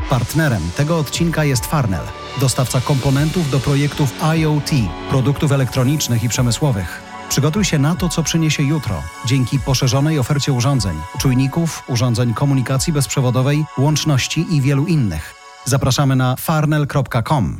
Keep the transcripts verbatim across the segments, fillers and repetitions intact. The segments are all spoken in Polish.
Partnerem tego odcinka jest Farnell, dostawca komponentów do projektów IoT, produktów elektronicznych i przemysłowych. Przygotuj się na to, co przyniesie jutro, dzięki poszerzonej ofercie urządzeń, czujników, urządzeń komunikacji bezprzewodowej, łączności i wielu innych. Zapraszamy na farnell kropka com.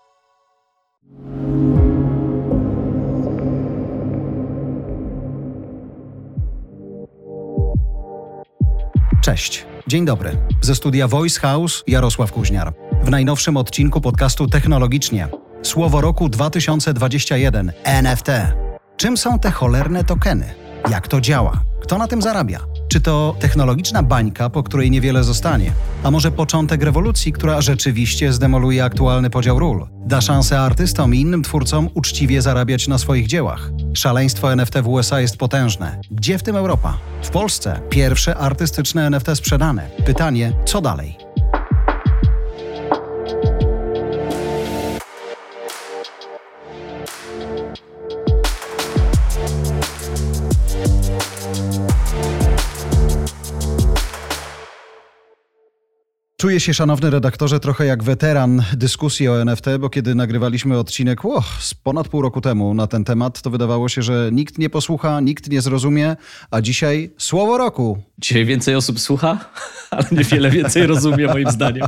Cześć, dzień dobry. Ze studia Voice House Jarosław Kuźniar. W najnowszym odcinku podcastu Technologicznie. Słowo roku dwa tysiące dwudziesty pierwszy. N F T. Czym są te cholerne tokeny? Jak to działa? Kto na tym zarabia? Czy to technologiczna bańka, po której niewiele zostanie? A może początek rewolucji, która rzeczywiście zdemoluje aktualny podział ról? Da szansę artystom i innym twórcom uczciwie zarabiać na swoich dziełach? Szaleństwo N F T w U S A jest potężne. Gdzie w tym Europa? W Polsce pierwsze artystyczne N F T sprzedane. Pytanie, co dalej? Czuję się, szanowny redaktorze, trochę jak weteran dyskusji o N F T, bo kiedy nagrywaliśmy odcinek oh, z ponad pół roku temu na ten temat, to wydawało się, że nikt nie posłucha, nikt nie zrozumie, a dzisiaj słowo roku. Dzisiaj więcej osób słucha, ale niewiele więcej rozumie, moim zdaniem.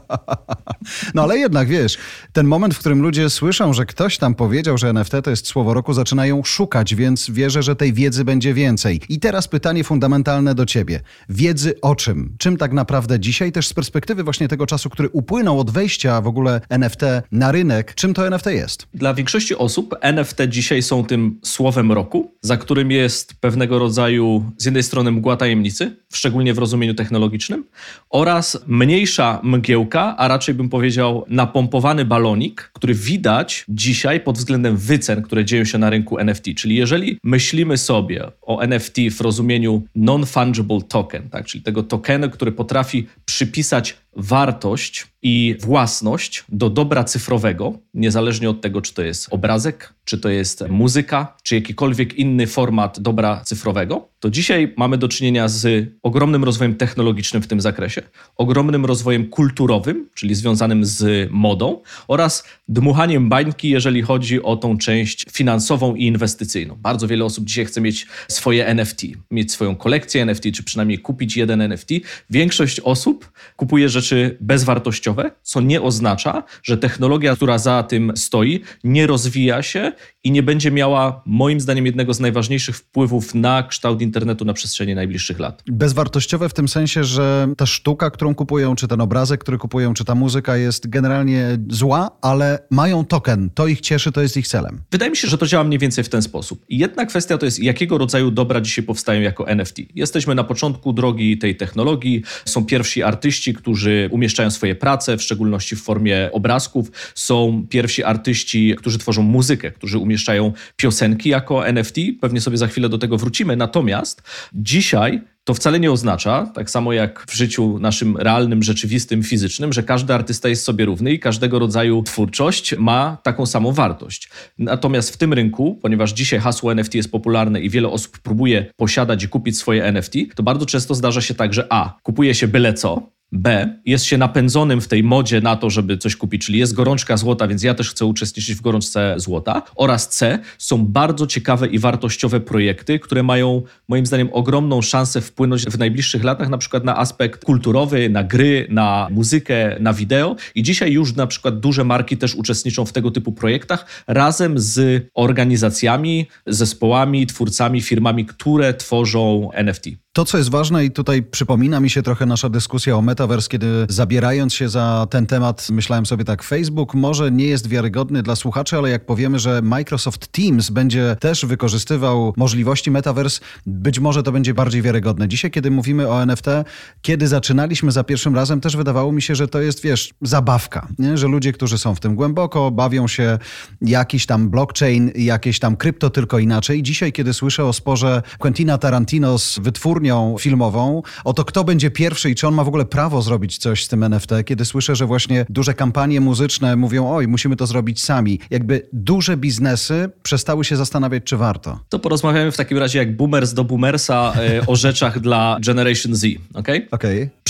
No ale jednak, wiesz, ten moment, w którym ludzie słyszą, że ktoś tam powiedział, że N F T to jest słowo roku, zaczynają szukać, więc wierzę, że tej wiedzy będzie więcej. I teraz pytanie fundamentalne do ciebie. Wiedzy o czym? Czym tak naprawdę dzisiaj, też z perspektywy właśnie tego czasu, który upłynął od wejścia w ogóle N F T na rynek, czym to N F T jest? Dla większości osób N F T dzisiaj są tym słowem roku, za którym jest pewnego rodzaju z jednej strony mgła tajemnicy, szczególnie w rozumieniu technologicznym, oraz mniejsza mgiełka, a raczej bym powiedział napompowany balonik, który widać dzisiaj pod względem wycen, które dzieją się na rynku N F T. Czyli jeżeli myślimy sobie o N F T w rozumieniu non-fungible token, tak, czyli tego tokenu, który potrafi przypisać wartość i własność do dobra cyfrowego, niezależnie od tego, czy to jest obrazek, czy to jest muzyka, czy jakikolwiek inny format dobra cyfrowego, to dzisiaj mamy do czynienia z ogromnym rozwojem technologicznym w tym zakresie, ogromnym rozwojem kulturowym, czyli związanym z modą, oraz dmuchaniem bańki, jeżeli chodzi o tą część finansową i inwestycyjną. Bardzo wiele osób dzisiaj chce mieć swoje N F T, mieć swoją kolekcję N F T, czy przynajmniej kupić jeden N F T. Większość osób kupuje rzeczy bezwartościowe, co nie oznacza, że technologia, która za tym stoi, nie rozwija się i nie będzie miała, moim zdaniem, jednego z najważniejszych wpływów na kształt internetu na przestrzeni najbliższych lat. Bezwartościowe w tym sensie, że ta sztuka, którą kupują, czy ten obrazek, który kupują, czy ta muzyka jest generalnie zła, ale mają token, to ich cieszy, to jest ich celem. Wydaje mi się, że to działa mniej więcej w ten sposób. I jedna kwestia to jest, jakiego rodzaju dobra dzisiaj powstają jako N F T. Jesteśmy na początku drogi tej technologii, są pierwsi artyści, którzy umieszczają swoje prace, w szczególności w formie obrazków. Są pierwsi artyści, którzy tworzą muzykę, którzy umieszczają piosenki jako N F T. Pewnie sobie za chwilę do tego wrócimy. Natomiast dzisiaj to wcale nie oznacza, tak samo jak w życiu naszym realnym, rzeczywistym, fizycznym, że każdy artysta jest sobie równy i każdego rodzaju twórczość ma taką samą wartość. Natomiast w tym rynku, ponieważ dzisiaj hasło N F T jest popularne i wiele osób próbuje posiadać i kupić swoje N F T, to bardzo często zdarza się tak, że a, kupuje się byle co, B, jest się napędzonym w tej modzie na to, żeby coś kupić, czyli jest gorączka złota, więc ja też chcę uczestniczyć w gorączce złota. Oraz C, są bardzo ciekawe i wartościowe projekty, które mają moim zdaniem ogromną szansę wpłynąć w najbliższych latach na przykład na aspekt kulturowy, na gry, na muzykę, na wideo. I dzisiaj już na przykład duże marki też uczestniczą w tego typu projektach razem z organizacjami, zespołami, twórcami, firmami, które tworzą N F T. To, co jest ważne i tutaj przypomina mi się trochę nasza dyskusja o Metaverse, kiedy zabierając się za ten temat, myślałem sobie tak, Facebook może nie jest wiarygodny dla słuchaczy, ale jak powiemy, że Microsoft Teams będzie też wykorzystywał możliwości Metaverse, być może to będzie bardziej wiarygodne. Dzisiaj, kiedy mówimy o N F T, kiedy zaczynaliśmy za pierwszym razem, też wydawało mi się, że to jest, wiesz, zabawka, nie? Że ludzie, którzy są w tym głęboko, bawią się jakiś tam blockchain, jakieś tam krypto, tylko inaczej. Dzisiaj, kiedy słyszę o sporze Quentina Tarantino z wytwórnią filmową, o to kto będzie pierwszy i czy on ma w ogóle prawo zrobić coś z tym N F T, kiedy słyszę, że właśnie duże kampanie muzyczne mówią, oj, musimy to zrobić sami. Jakby duże biznesy przestały się zastanawiać, czy warto. To porozmawiamy w takim razie jak boomers do boomersa e, o rzeczach dla Generation Z, okej? Okej.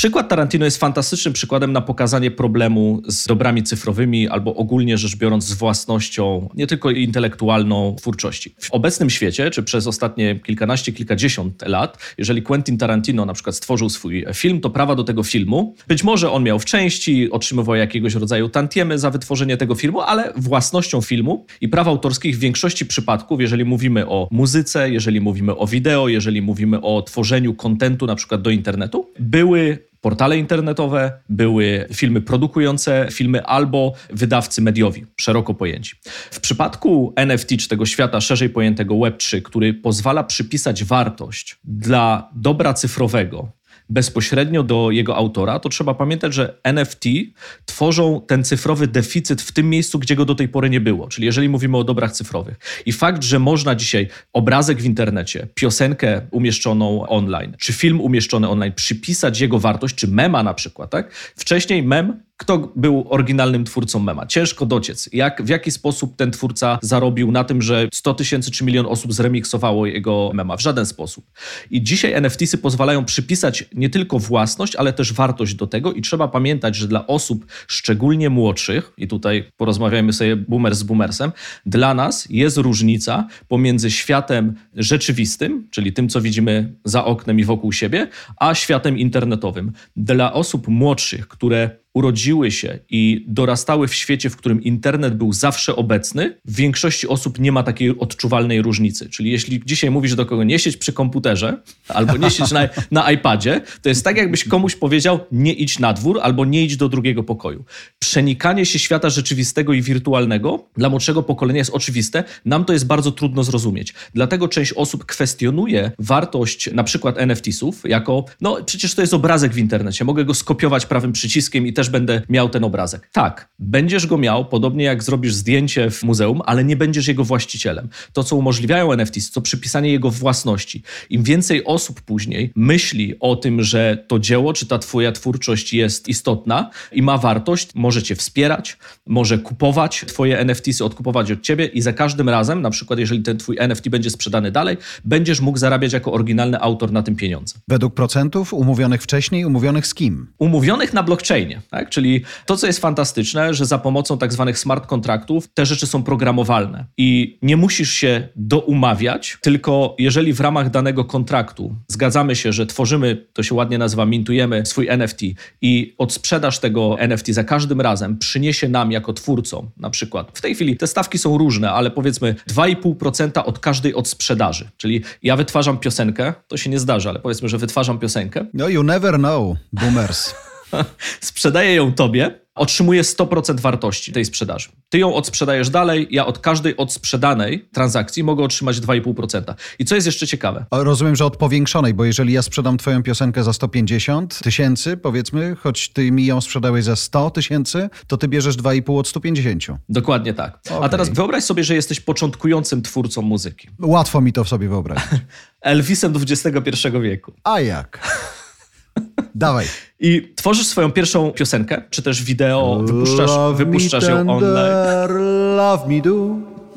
Przykład Tarantino jest fantastycznym przykładem na pokazanie problemu z dobrami cyfrowymi albo ogólnie rzecz biorąc z własnością, nie tylko intelektualną twórczości. W obecnym świecie, czy przez ostatnie kilkanaście, kilkadziesiąt lat, jeżeli Quentin Tarantino na przykład stworzył swój film, to prawa do tego filmu, być może on miał w części, otrzymywał jakiegoś rodzaju tantiemy za wytworzenie tego filmu, ale własnością filmu i praw autorskich w większości przypadków, jeżeli mówimy o muzyce, jeżeli mówimy o wideo, jeżeli mówimy o tworzeniu kontentu na przykład do internetu, były portale internetowe, były filmy produkujące filmy albo wydawcy mediowi, szeroko pojęci. W przypadku N F T, czy tego świata szerzej pojętego Web trzy, który pozwala przypisać wartość dla dobra cyfrowego bezpośrednio do jego autora, to trzeba pamiętać, że N F T tworzą ten cyfrowy deficyt w tym miejscu, gdzie go do tej pory nie było. Czyli jeżeli mówimy o dobrach cyfrowych. I fakt, że można dzisiaj obrazek w internecie, piosenkę umieszczoną online, czy film umieszczony online, przypisać jego wartość, czy mema na przykład, tak? Wcześniej mem, kto był oryginalnym twórcą mema? Ciężko dociec. Jak, w jaki sposób ten twórca zarobił na tym, że sto tysięcy czy milion osób zremiksowało jego mema? W żaden sposób. I dzisiaj N F T sy pozwalają przypisać nie tylko własność, ale też wartość do tego i trzeba pamiętać, że dla osób szczególnie młodszych, i tutaj porozmawiajmy sobie boomer z boomersem, dla nas jest różnica pomiędzy światem rzeczywistym, czyli tym, co widzimy za oknem i wokół siebie, a światem internetowym. Dla osób młodszych, które urodziły się i dorastały w świecie, w którym internet był zawsze obecny, w większości osób nie ma takiej odczuwalnej różnicy. Czyli jeśli dzisiaj mówisz do kogo nie siedź przy komputerze albo nie siedź na, na iPadzie, to jest tak, jakbyś komuś powiedział nie idź na dwór albo nie idź do drugiego pokoju. Przenikanie się świata rzeczywistego i wirtualnego dla młodszego pokolenia jest oczywiste. Nam to jest bardzo trudno zrozumieć. Dlatego część osób kwestionuje wartość na przykład N F T sów jako, no przecież to jest obrazek w internecie, mogę go skopiować prawym przyciskiem i też będę miał ten obrazek. Tak, będziesz go miał, podobnie jak zrobisz zdjęcie w muzeum, ale nie będziesz jego właścicielem. To, co umożliwiają N F T sy, to przypisanie jego własności. Im więcej osób później myśli o tym, że to dzieło, czy ta twoja twórczość jest istotna i ma wartość, może cię wspierać, może kupować twoje N F T sy, odkupować od ciebie i za każdym razem, na przykład jeżeli ten twój N F T będzie sprzedany dalej, będziesz mógł zarabiać jako oryginalny autor na tym pieniądze. Według procentów umówionych wcześniej, umówionych z kim? Umówionych na blockchainie. Tak? Czyli to, co jest fantastyczne, że za pomocą tak zwanych smart kontraktów te rzeczy są programowalne i nie musisz się doumawiać, tylko jeżeli w ramach danego kontraktu zgadzamy się, że tworzymy, to się ładnie nazywa, mintujemy swój N F T i odsprzedaż tego N F T za każdym razem przyniesie nam jako twórcom, na przykład, w tej chwili te stawki są różne, ale powiedzmy dwa i pół procent od każdej odsprzedaży. Czyli ja wytwarzam piosenkę, to się nie zdarza, ale powiedzmy, że wytwarzam piosenkę. No you never know, boomers. Sprzedaję ją tobie, otrzymuję sto procent wartości tej sprzedaży. Ty ją odsprzedajesz dalej, ja od każdej odsprzedanej transakcji mogę otrzymać dwa i pół procent. I co jest jeszcze ciekawe? Rozumiem, że od powiększonej, bo jeżeli ja sprzedam twoją piosenkę za sto pięćdziesiąt tysięcy, powiedzmy, choć ty mi ją sprzedałeś za sto tysięcy, to ty bierzesz dwa i pół od sto pięćdziesiąt. Dokładnie tak. Okay. A teraz wyobraź sobie, że jesteś początkującym twórcą muzyki. Łatwo mi to w sobie wyobrazić. Elvisem dwudziestego pierwszego wieku. A jak? Dawaj. I tworzysz swoją pierwszą piosenkę, czy też wideo, wypuszczasz, wypuszczasz ją online. Love me do.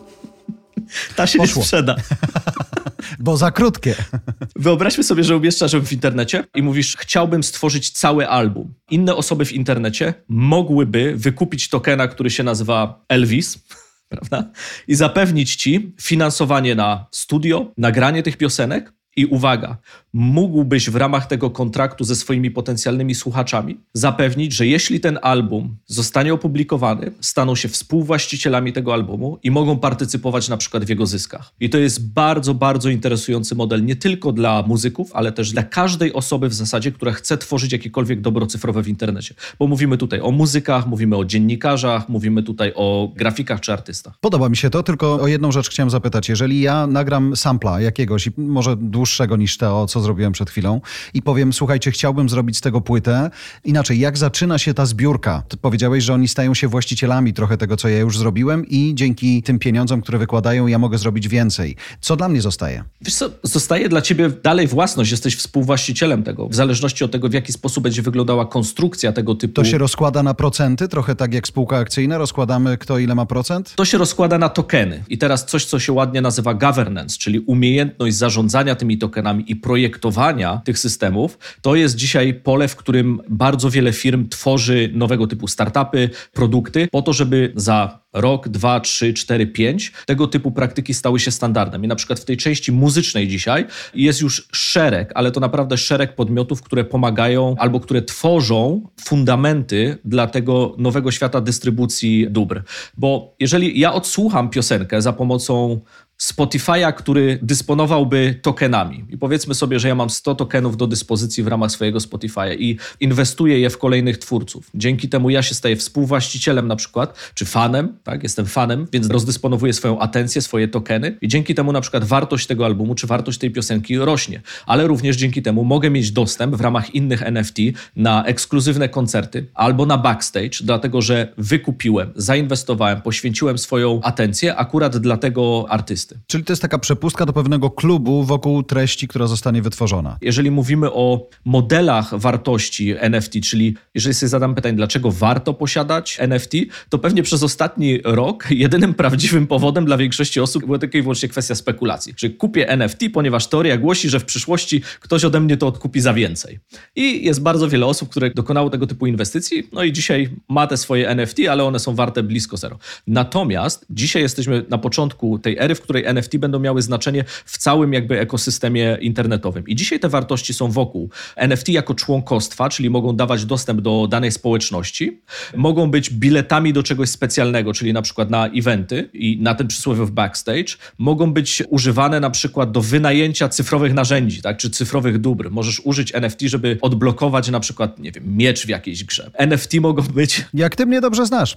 Ta się Poszło. Nie sprzeda. Bo za krótkie. Wyobraźmy sobie, że umieszczasz ją w internecie i mówisz, chciałbym stworzyć cały album. Inne osoby w internecie mogłyby wykupić tokena, który się nazywa Elvis, prawda? I zapewnić ci finansowanie na studio, nagranie tych piosenek. I uwaga, mógłbyś w ramach tego kontraktu ze swoimi potencjalnymi słuchaczami zapewnić, że jeśli ten album zostanie opublikowany, staną się współwłaścicielami tego albumu i mogą partycypować na przykład w jego zyskach. I to jest bardzo, bardzo interesujący model nie tylko dla muzyków, ale też dla każdej osoby w zasadzie, która chce tworzyć jakiekolwiek dobro cyfrowe w internecie. Bo mówimy tutaj o muzykach, mówimy o dziennikarzach, mówimy tutaj o grafikach czy artystach. Podoba mi się to, tylko o jedną rzecz chciałem zapytać. Jeżeli ja nagram sampla jakiegoś, może dłuższego niż to, co zrobiłem przed chwilą i powiem, słuchajcie, chciałbym zrobić z tego płytę. Inaczej, jak zaczyna się ta zbiórka? Ty powiedziałeś, że oni stają się właścicielami trochę tego, co ja już zrobiłem i dzięki tym pieniądzom, które wykładają, ja mogę zrobić więcej. Co dla mnie zostaje? Wiesz co, zostaje dla ciebie dalej własność, jesteś współwłaścicielem tego. W zależności od tego, w jaki sposób będzie wyglądała konstrukcja tego typu... To się rozkłada na procenty, trochę tak jak spółka akcyjna, rozkładamy kto ile ma procent? To się rozkłada na tokeny. I teraz coś, co się ładnie nazywa governance, czyli umiejętność zarządzania tymi tymi tokenami i projektowania tych systemów, to jest dzisiaj pole, w którym bardzo wiele firm tworzy nowego typu startupy, produkty, po to, żeby za rok, dwa, trzy, cztery, pięć tego typu praktyki stały się standardem. I na przykład w tej części muzycznej dzisiaj jest już szereg, ale to naprawdę szereg podmiotów, które pomagają albo które tworzą fundamenty dla tego nowego świata dystrybucji dóbr. Bo jeżeli ja odsłucham piosenkę za pomocą Spotify'a, który dysponowałby tokenami i powiedzmy sobie, że ja mam sto tokenów do dyspozycji w ramach swojego Spotify'a i inwestuję je w kolejnych twórców. Dzięki temu ja się staję współwłaścicielem na przykład, czy fanem, tak, jestem fanem, więc rozdysponowuję swoją atencję, swoje tokeny i dzięki temu na przykład wartość tego albumu, czy wartość tej piosenki rośnie. Ale również dzięki temu mogę mieć dostęp w ramach innych N F T na ekskluzywne koncerty albo na backstage, dlatego że wykupiłem, zainwestowałem, poświęciłem swoją atencję akurat dla tego artysty. Czyli to jest taka przepustka do pewnego klubu wokół treści, która zostanie wytworzona. Jeżeli mówimy o modelach wartości N F T, czyli jeżeli sobie zadam pytanie, dlaczego warto posiadać N F T, to pewnie przez ostatni rok jedynym prawdziwym powodem dla większości osób była tylko i wyłącznie kwestia spekulacji. Że kupię N F T, ponieważ teoria głosi, że w przyszłości ktoś ode mnie to odkupi za więcej. I jest bardzo wiele osób, które dokonało tego typu inwestycji, no i dzisiaj ma te swoje N F T, ale one są warte blisko zero. Natomiast dzisiaj jesteśmy na początku tej ery, w której N F T będą miały znaczenie w całym jakby ekosystemie internetowym. I dzisiaj te wartości są wokół N F T jako członkostwa, czyli mogą dawać dostęp do danej społeczności, mogą być biletami do czegoś specjalnego, czyli na przykład na eventy i na ten przysłowiowy backstage, mogą być używane na przykład do wynajęcia cyfrowych narzędzi, tak, czy cyfrowych dóbr. Możesz użyć N F T, żeby odblokować na przykład, nie wiem, miecz w jakiejś grze. N F T mogą być... Jak ty mnie dobrze znasz.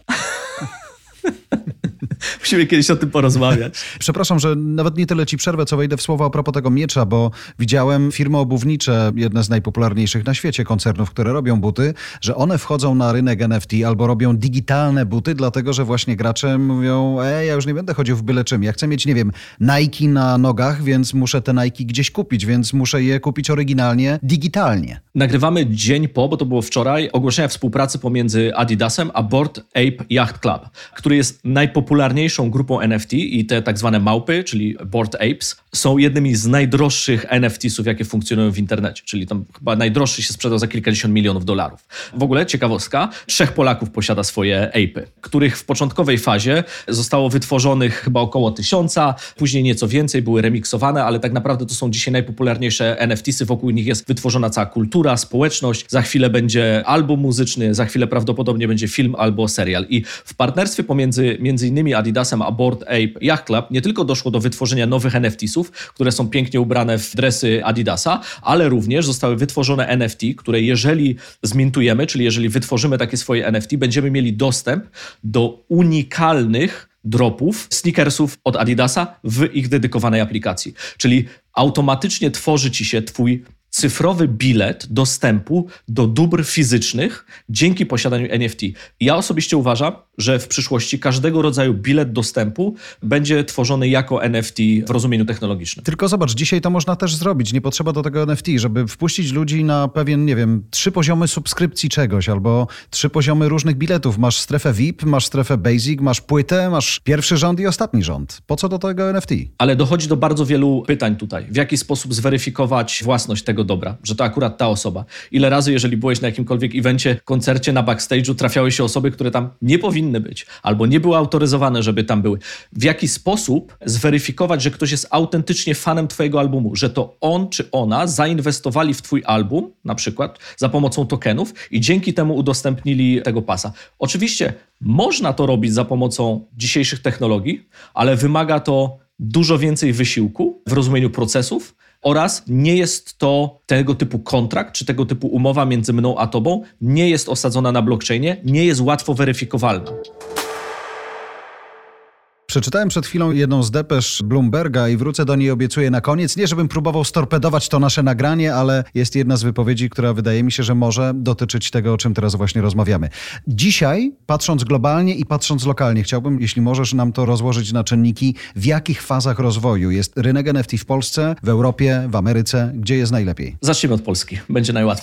Musimy kiedyś o tym porozmawiać. Przepraszam, że nawet nie tyle ci przerwę, co wejdę w słowa a propos tego miecza, bo widziałem firmy obuwnicze, jedne z najpopularniejszych na świecie koncernów, które robią buty, że one wchodzą na rynek N F T albo robią digitalne buty, dlatego że właśnie gracze mówią, ej, ja już nie będę chodził w byle czym. Ja chcę mieć, nie wiem, Nike na nogach, więc muszę te Nike gdzieś kupić, więc muszę je kupić oryginalnie, digitalnie. Nagrywamy dzień po, bo to było wczoraj, ogłoszenia współpracy pomiędzy Adidasem a Bored Ape Yacht Club, który jest najpopularniejszą grupą N F T i te tak zwane małpy, czyli Bored Apes, są jednymi z najdroższych N F T sów, jakie funkcjonują w internecie. Czyli tam chyba najdroższy się sprzedał za kilkadziesiąt milionów dolarów. W ogóle ciekawostka, trzech Polaków posiada swoje ape'y, których w początkowej fazie zostało wytworzonych chyba około tysiąca, później nieco więcej, były remiksowane, ale tak naprawdę to są dzisiaj najpopularniejsze N F T sy, wokół nich jest wytworzona cała kultura, społeczność, za chwilę będzie album muzyczny, za chwilę prawdopodobnie będzie film albo serial. I w partnerstwie pomiędzy między innymi Adidasem a Bored Ape Yacht Club nie tylko doszło do wytworzenia nowych N F T sów, które są pięknie ubrane w dresy Adidasa, ale również zostały wytworzone N F T, które jeżeli zmintujemy, czyli jeżeli wytworzymy takie swoje N F T, będziemy mieli dostęp do unikalnych dropów, sneakersów od Adidasa w ich dedykowanej aplikacji. Czyli automatycznie tworzy ci się twój cyfrowy bilet dostępu do dóbr fizycznych dzięki posiadaniu N F T. Ja osobiście uważam, że w przyszłości każdego rodzaju bilet dostępu będzie tworzony jako N F T w rozumieniu technologicznym. Tylko zobacz, dzisiaj to można też zrobić. Nie potrzeba do tego N F T, żeby wpuścić ludzi na pewien, nie wiem, trzy poziomy subskrypcji czegoś albo trzy poziomy różnych biletów. Masz strefę V I P, masz strefę Basic, masz płytę, masz pierwszy rząd i ostatni rząd. Po co do tego N F T? Ale dochodzi do bardzo wielu pytań tutaj. W jaki sposób zweryfikować własność tego dobra, że to akurat ta osoba. Ile razy, jeżeli byłeś na jakimkolwiek evencie, koncercie, na backstage'u, trafiały się osoby, które tam nie powinny być, albo nie były autoryzowane, żeby tam były. W jaki sposób zweryfikować, że ktoś jest autentycznie fanem twojego albumu, że to on czy ona zainwestowali w twój album, na przykład za pomocą tokenów i dzięki temu udostępnili tego pasa. Oczywiście można to robić za pomocą dzisiejszych technologii, ale wymaga to dużo więcej wysiłku w rozumieniu procesów, oraz nie jest to tego typu kontrakt, czy tego typu umowa między mną a tobą, nie jest osadzona na blockchainie, nie jest łatwo weryfikowalna. Przeczytałem przed chwilą jedną z depesz Bloomberga i wrócę do niej, obiecuję na koniec. Nie, żebym próbował storpedować to nasze nagranie, ale jest jedna z wypowiedzi, która wydaje mi się, że może dotyczyć tego, o czym teraz właśnie rozmawiamy. Dzisiaj, patrząc globalnie i patrząc lokalnie, chciałbym, jeśli możesz nam to rozłożyć na czynniki, w jakich fazach rozwoju jest rynek N F T w Polsce, w Europie, w Ameryce, gdzie jest najlepiej? Zacznijmy od Polski, będzie najłatwiej.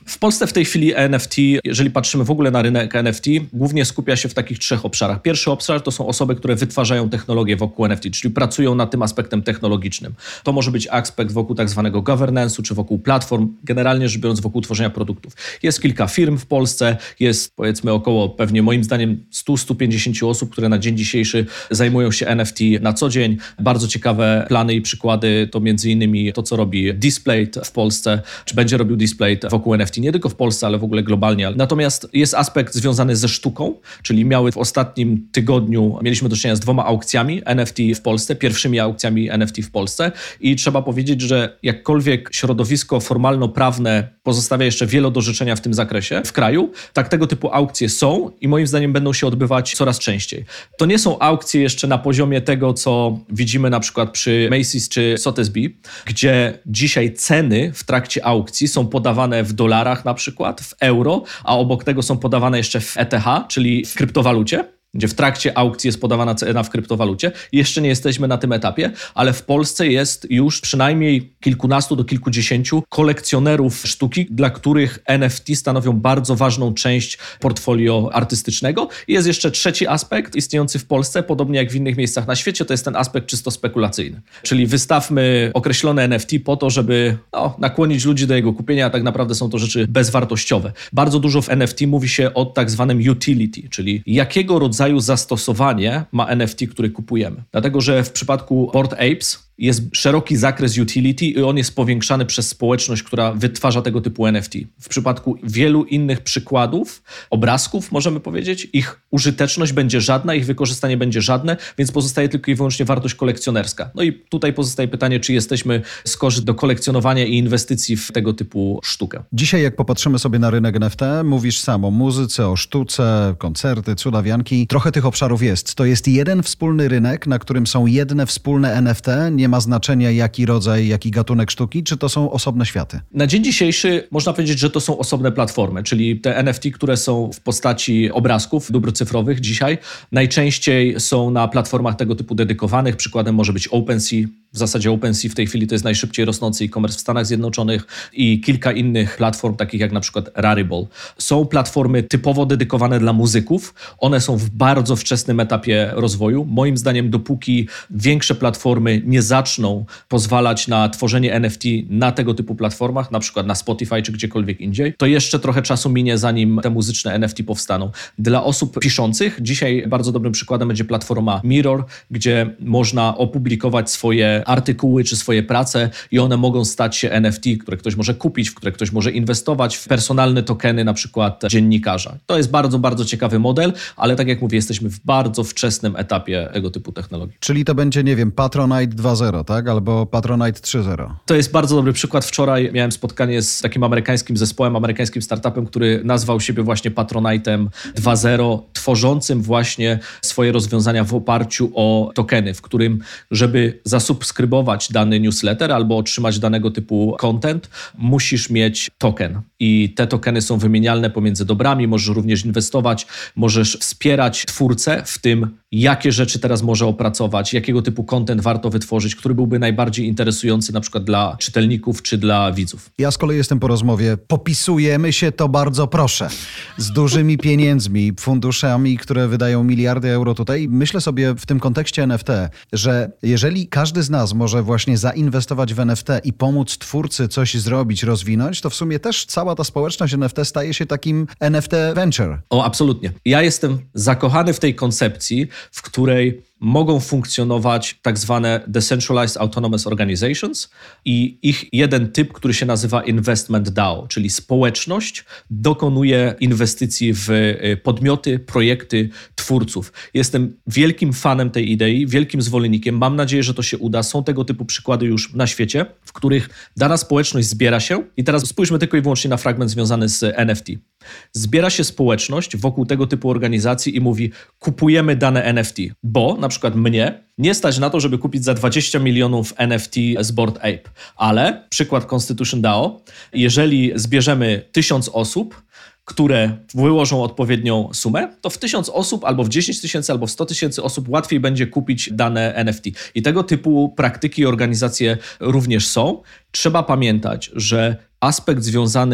W Polsce w tej chwili N F T, jeżeli patrzymy w ogóle na rynek N F T, głównie skupia się w takich trzech obszarach. Pierwszy obszar to są osoby, które wytwarzają technologię wokół N F T, czyli pracują nad tym aspektem technologicznym. To może być aspekt wokół tak zwanego governance'u, czy wokół platform, generalnie rzecz biorąc wokół tworzenia produktów. Jest kilka firm w Polsce, jest powiedzmy około pewnie moim zdaniem sto do stu pięćdziesięciu osób, które na dzień dzisiejszy zajmują się N F T na co dzień. Bardzo ciekawe plany i przykłady to między innymi to, co robi Displayed w Polsce, czy będzie robił Displayed wokół N F T, nie tylko w Polsce, ale w ogóle globalnie. Natomiast jest aspekt związany ze sztuką, czyli miały w ostatnim tygodniu, mieliśmy do czynienia z dwoma aukcjami N F T w Polsce, pierwszymi aukcjami N F T w Polsce i trzeba powiedzieć, że jakkolwiek środowisko formalno-prawne pozostawia jeszcze wiele do życzenia w tym zakresie w kraju, tak tego typu aukcje są i moim zdaniem będą się odbywać coraz częściej. To nie są aukcje jeszcze na poziomie tego, co widzimy na przykład przy Macy's czy Sotheby's, gdzie dzisiaj ceny w trakcie aukcji są podawane w dolarach na przykład, w euro, a obok tego są podawane jeszcze w E T H, czyli w kryptowalucie, gdzie w trakcie aukcji jest podawana cena w kryptowalucie. Jeszcze nie jesteśmy na tym etapie, ale w Polsce jest już przynajmniej kilkunastu do kilkudziesięciu kolekcjonerów sztuki, dla których N F T stanowią bardzo ważną część portfolio artystycznego. I jest jeszcze trzeci aspekt istniejący w Polsce, podobnie jak w innych miejscach na świecie, to jest ten aspekt czysto spekulacyjny. Czyli wystawmy określone N F T po to, żeby no, nakłonić ludzi do jego kupienia, a tak naprawdę są to rzeczy bezwartościowe. Bardzo dużo w N F T mówi się o tak zwanym utility, czyli jakiego rodzaju zastosowanie ma N F T, który kupujemy. Dlatego, że w przypadku Bored Apes jest szeroki zakres utility i on jest powiększany przez społeczność, która wytwarza tego typu N F T. W przypadku wielu innych przykładów, obrazków, możemy powiedzieć, ich użyteczność będzie żadna, ich wykorzystanie będzie żadne, więc pozostaje tylko i wyłącznie wartość kolekcjonerska. No i tutaj pozostaje pytanie, czy jesteśmy skorzy do kolekcjonowania i inwestycji w tego typu sztukę. Dzisiaj jak popatrzymy sobie na rynek N F T, mówisz sam o muzyce, o sztuce, koncerty, cudawianki. Trochę tych obszarów jest. To jest jeden wspólny rynek, na którym są jedne wspólne N F T, nie ma znaczenia jaki rodzaj, jaki gatunek sztuki, czy to są osobne światy? Na dzień dzisiejszy można powiedzieć, że to są osobne platformy, czyli te N F T, które są w postaci obrazków, dóbr cyfrowych dzisiaj, najczęściej są na platformach tego typu dedykowanych. Przykładem może być OpenSea. W zasadzie OpenSea w tej chwili to jest najszybciej rosnący e-commerce w Stanach Zjednoczonych i kilka innych platform, takich jak na przykład Rarible. Są platformy typowo dedykowane dla muzyków. One są w bardzo wczesnym etapie rozwoju. Moim zdaniem, dopóki większe platformy nie zaczną pozwalać na tworzenie N F T na tego typu platformach, na przykład na Spotify czy gdziekolwiek indziej, to jeszcze trochę czasu minie, zanim te muzyczne N F T powstaną. Dla osób piszących dzisiaj bardzo dobrym przykładem będzie platforma Mirror, gdzie można opublikować swoje artykuły czy swoje prace i one mogą stać się N F T, które ktoś może kupić, w które ktoś może inwestować, w personalne tokeny na przykład dziennikarza. To jest bardzo, bardzo ciekawy model, ale tak jak mówię, jesteśmy w bardzo wczesnym etapie tego typu technologii. Czyli to będzie, nie wiem, Patronite dwa zero, tak? Albo Patronite trzy zero. To jest bardzo dobry przykład. Wczoraj miałem spotkanie z takim amerykańskim zespołem, amerykańskim startupem, który nazwał siebie właśnie Patronite'em dwa zero, tworzącym właśnie swoje rozwiązania w oparciu o tokeny, w którym, żeby zasubskrybować dany newsletter albo otrzymać danego typu content, musisz mieć token. I te tokeny są wymienialne pomiędzy dobrami, możesz również inwestować, możesz wspierać twórcę w tym, jakie rzeczy teraz może opracować, jakiego typu content warto wytworzyć, który byłby najbardziej interesujący na przykład dla czytelników czy dla widzów. Ja z kolei jestem po rozmowie. Popisujemy się, to bardzo proszę. Z dużymi pieniędzmi, funduszami, które wydają miliardy euro tutaj. Myślę sobie w tym kontekście N F T, że jeżeli każdy z nas może właśnie zainwestować w N F T i pomóc twórcy coś zrobić, rozwinąć, to w sumie też cała ta społeczność N F T staje się takim N F T venture. O, absolutnie. Ja jestem zakochany w tej koncepcji, w której mogą funkcjonować tak zwane Decentralized Autonomous Organizations i ich jeden typ, który się nazywa Investment DAO, czyli społeczność dokonuje inwestycji w podmioty, projekty twórców. Jestem wielkim fanem tej idei, wielkim zwolennikiem. Mam nadzieję, że to się uda. Są tego typu przykłady już na świecie, w których dana społeczność zbiera się i teraz spójrzmy tylko i wyłącznie na fragment związany z N F T. Zbiera się społeczność wokół tego typu organizacji i mówi, kupujemy dane N F T, bo na przykład mnie nie stać na to, żeby kupić za dwadzieścia milionów N F T z Bored Ape, ale przykład Constitution DAO, jeżeli zbierzemy tysiąc osób, które wyłożą odpowiednią sumę, to w tysiąc osób, albo w dziesięć tysięcy, albo w sto tysięcy osób łatwiej będzie kupić dane N F T. I tego typu praktyki i organizacje również są. Trzeba pamiętać, że aspekt związany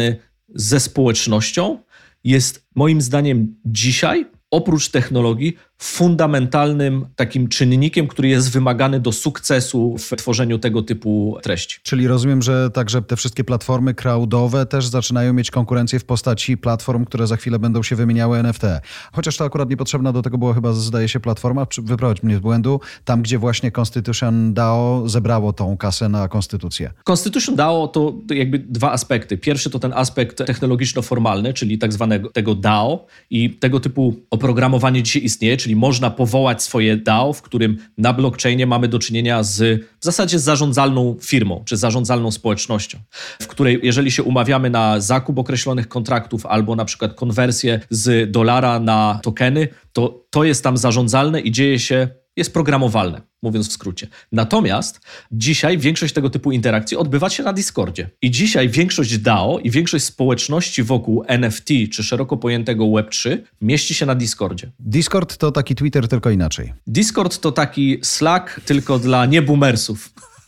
ze społecznością jest moim zdaniem dzisiaj, oprócz technologii, fundamentalnym takim czynnikiem, który jest wymagany do sukcesu w tworzeniu tego typu treści. Czyli rozumiem, że także te wszystkie platformy crowdowe też zaczynają mieć konkurencję w postaci platform, które za chwilę będą się wymieniały N F T. Chociaż to akurat niepotrzebna do tego była chyba, zdaje się, platforma, wyprowadź mnie z błędu, tam gdzie właśnie Constitution D A O zebrało tą kasę na konstytucję. Constitution D A O to jakby dwa aspekty. Pierwszy to ten aspekt technologiczno-formalny, czyli tak zwanego tego D A O i tego typu oprogramowanie dzisiaj istnieje, czyli można powołać swoje D A O, w którym na blockchainie mamy do czynienia z w zasadzie z zarządzalną firmą, czy zarządzalną społecznością, w której jeżeli się umawiamy na zakup określonych kontraktów albo na przykład konwersję z dolara na tokeny, to to jest tam zarządzalne i dzieje się, jest programowalne, mówiąc w skrócie. Natomiast dzisiaj większość tego typu interakcji odbywa się na Discordzie. I dzisiaj większość D A O i większość społeczności wokół N F T, czy szeroko pojętego Web trzy, mieści się na Discordzie. Discord to taki Twitter, tylko inaczej. Discord to taki Slack, tylko dla nie-boomersów.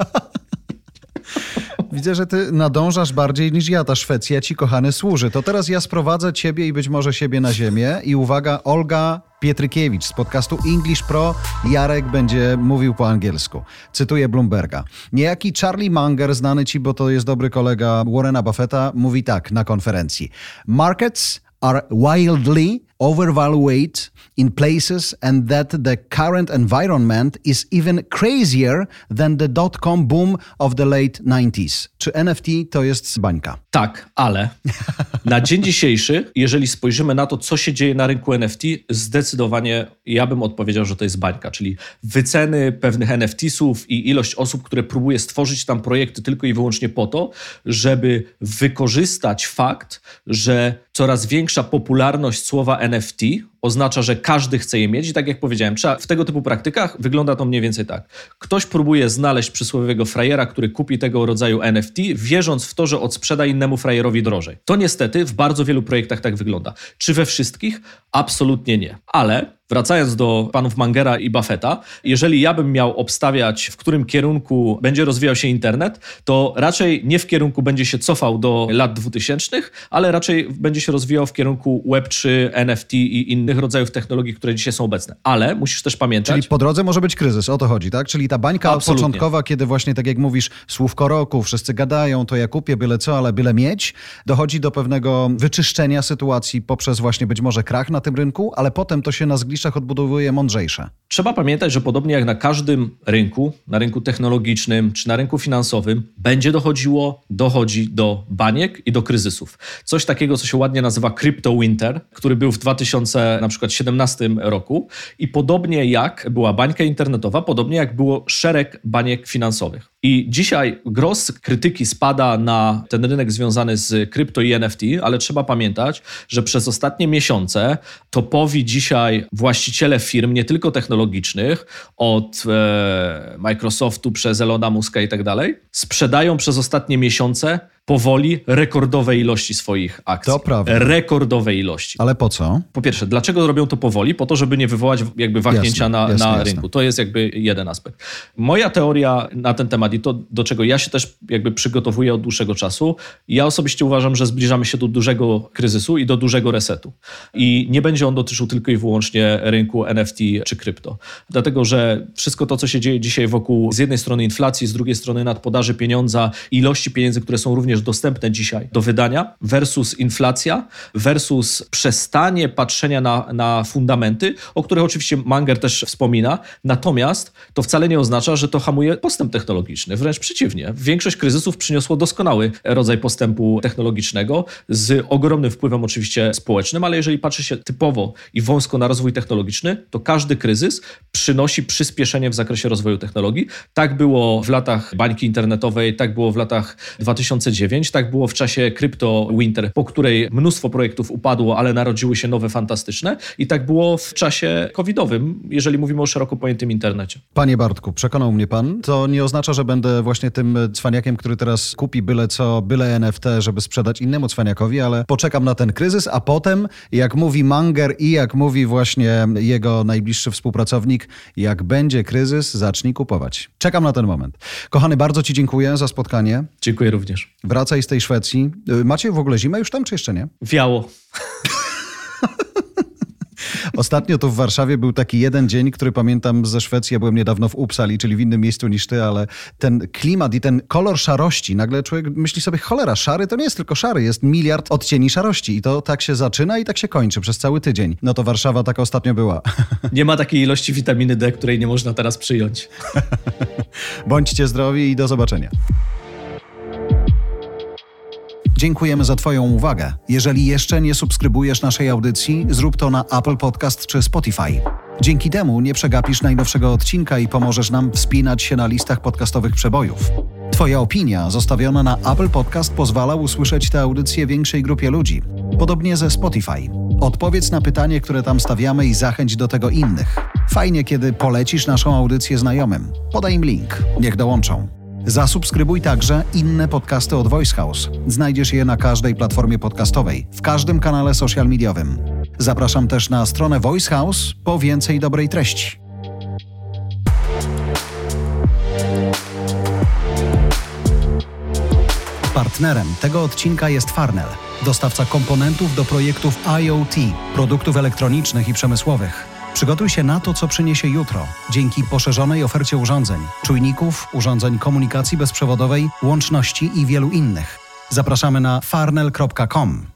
Widzę, że ty nadążasz bardziej niż ja. Ta Szwecja ci, kochany, służy. To teraz ja sprowadzę ciebie i być może siebie na ziemię. I uwaga, Olga Pietrykiewicz z podcastu English Pro. Jarek będzie mówił po angielsku. Cytuję Bloomberga. Niejaki Charlie Munger, znany ci, bo to jest dobry kolega Warrena Buffetta, mówi tak na konferencji. Markets are wildly overvalued in places and that the current environment is even crazier than the dot-com boom of the late nineties. Czy N F T to jest bańka? Tak, ale na dzień dzisiejszy, jeżeli spojrzymy na to, co się dzieje na rynku N F T, zdecydowanie ja bym odpowiedział, że to jest bańka, czyli wyceny pewnych N F T sów i ilość osób, które próbuje stworzyć tam projekty tylko i wyłącznie po to, żeby wykorzystać fakt, że coraz większa popularność słowa N F T oznacza, że każdy chce je mieć i tak jak powiedziałem, trzeba, w tego typu praktykach wygląda to mniej więcej tak. Ktoś próbuje znaleźć przysłowiowego frajera, który kupi tego rodzaju N F T, wierząc w to, że odsprzeda innemu frajerowi drożej. To niestety w bardzo wielu projektach tak wygląda. Czy we wszystkich? Absolutnie nie. Ale wracając do panów Mungera i Buffetta, jeżeli ja bym miał obstawiać, w którym kierunku będzie rozwijał się internet, to raczej nie w kierunku będzie się cofał do lat dwutysięcznych, ale raczej będzie się rozwijał w kierunku Web trzy, N F T i innych rodzajów technologii, które dzisiaj są obecne. Ale musisz też pamiętać... Czyli po drodze może być kryzys, o to chodzi, tak? Czyli ta bańka Absolutnie. początkowa, kiedy właśnie, tak jak mówisz, słówko roku, wszyscy gadają, to ja kupię byle co, ale byle mieć, dochodzi do pewnego wyczyszczenia sytuacji poprzez właśnie być może krach na tym rynku, ale potem to się na zgliszczach odbudowuje mądrzejsze. Trzeba pamiętać, że podobnie jak na każdym rynku, na rynku technologicznym czy na rynku finansowym, będzie dochodziło, dochodzi do baniek i do kryzysów. Coś takiego, co się ładnie nazywa Crypto Winter, który był w dwa tysiące siedemnastym roku i podobnie jak była bańka internetowa, podobnie jak było szereg baniek finansowych. I dzisiaj gros krytyki spada na ten rynek związany z krypto i N F T, ale trzeba pamiętać, że przez ostatnie miesiące topowi dzisiaj właściciele firm, nie tylko technologicznych, od e, Microsoftu przez Elona Muska i tak dalej, sprzedają przez ostatnie miesiące powoli rekordowe ilości swoich akcji. To prawda. Rekordowe ilości. Ale po co? Po pierwsze, dlaczego robią to powoli? Po to, żeby nie wywołać jakby wahnięcia jasne, na, jasne, na jasne. rynku. To jest jakby jeden aspekt. Moja teoria na ten temat i to, do czego ja się też jakby przygotowuję od dłuższego czasu, ja osobiście uważam, że zbliżamy się do dużego kryzysu i do dużego resetu. I nie będzie on dotyczył tylko i wyłącznie rynku N F T czy krypto. Dlatego, że wszystko to, co się dzieje dzisiaj wokół z jednej strony inflacji, z drugiej strony nadpodaży pieniądza, ilości pieniędzy, które są również dostępne dzisiaj do wydania versus inflacja versus przestanie patrzenia na, na fundamenty, o których oczywiście Munger też wspomina. Natomiast to wcale nie oznacza, że to hamuje postęp technologiczny. Wręcz przeciwnie. Większość kryzysów przyniosło doskonały rodzaj postępu technologicznego z ogromnym wpływem oczywiście społecznym, ale jeżeli patrzy się typowo i wąsko na rozwój technologiczny, to każdy kryzys przynosi przyspieszenie w zakresie rozwoju technologii. Tak było w latach bańki internetowej, tak było w latach dwa tysiące dziewiątym, tak było w czasie Crypto Winter, po której mnóstwo projektów upadło, ale narodziły się nowe, fantastyczne. I tak było w czasie covidowym, jeżeli mówimy o szeroko pojętym internecie. Panie Bartku, przekonał mnie pan. To nie oznacza, że będę właśnie tym cwaniakiem, który teraz kupi byle co, byle N F T, żeby sprzedać innemu cwaniakowi, ale poczekam na ten kryzys, a potem, jak mówi Munger i jak mówi właśnie jego najbliższy współpracownik, jak będzie kryzys, zacznij kupować. Czekam na ten moment. Kochany, bardzo ci dziękuję za spotkanie. Dziękuję również. wracaj z tej Szwecji. Macie w ogóle zimę już tam, czy jeszcze nie? Wiało. Ostatnio tu w Warszawie był taki jeden dzień, który pamiętam ze Szwecji. Ja byłem niedawno w Uppsali, czyli w innym miejscu niż ty, ale ten klimat i ten kolor szarości, nagle człowiek myśli sobie, cholera, szary to nie jest tylko szary, jest miliard odcieni szarości i to tak się zaczyna i tak się kończy przez cały tydzień. No to Warszawa taka ostatnio była. Nie ma takiej ilości witaminy D, której nie można teraz przyjąć. Bądźcie zdrowi i do zobaczenia. Dziękujemy za Twoją uwagę. Jeżeli jeszcze nie subskrybujesz naszej audycji, zrób to na Apple Podcast czy Spotify. Dzięki temu nie przegapisz najnowszego odcinka i pomożesz nam wspinać się na listach podcastowych przebojów. Twoja opinia zostawiona na Apple Podcast pozwala usłyszeć tę audycję większej grupie ludzi. Podobnie ze Spotify. Odpowiedz na pytanie, które tam stawiamy i zachęć do tego innych. Fajnie, kiedy polecisz naszą audycję znajomym. Podaj im link. Niech dołączą. Zasubskrybuj także inne podcasty od Voice House. Znajdziesz je na każdej platformie podcastowej, w każdym kanale social mediowym. Zapraszam też na stronę Voice House po więcej dobrej treści. Partnerem tego odcinka jest Farnell, dostawca komponentów do projektów I O T, produktów elektronicznych i przemysłowych. Przygotuj się na to, co przyniesie jutro, dzięki poszerzonej ofercie urządzeń, czujników, urządzeń komunikacji bezprzewodowej, łączności i wielu innych. Zapraszamy na farnell kropka com.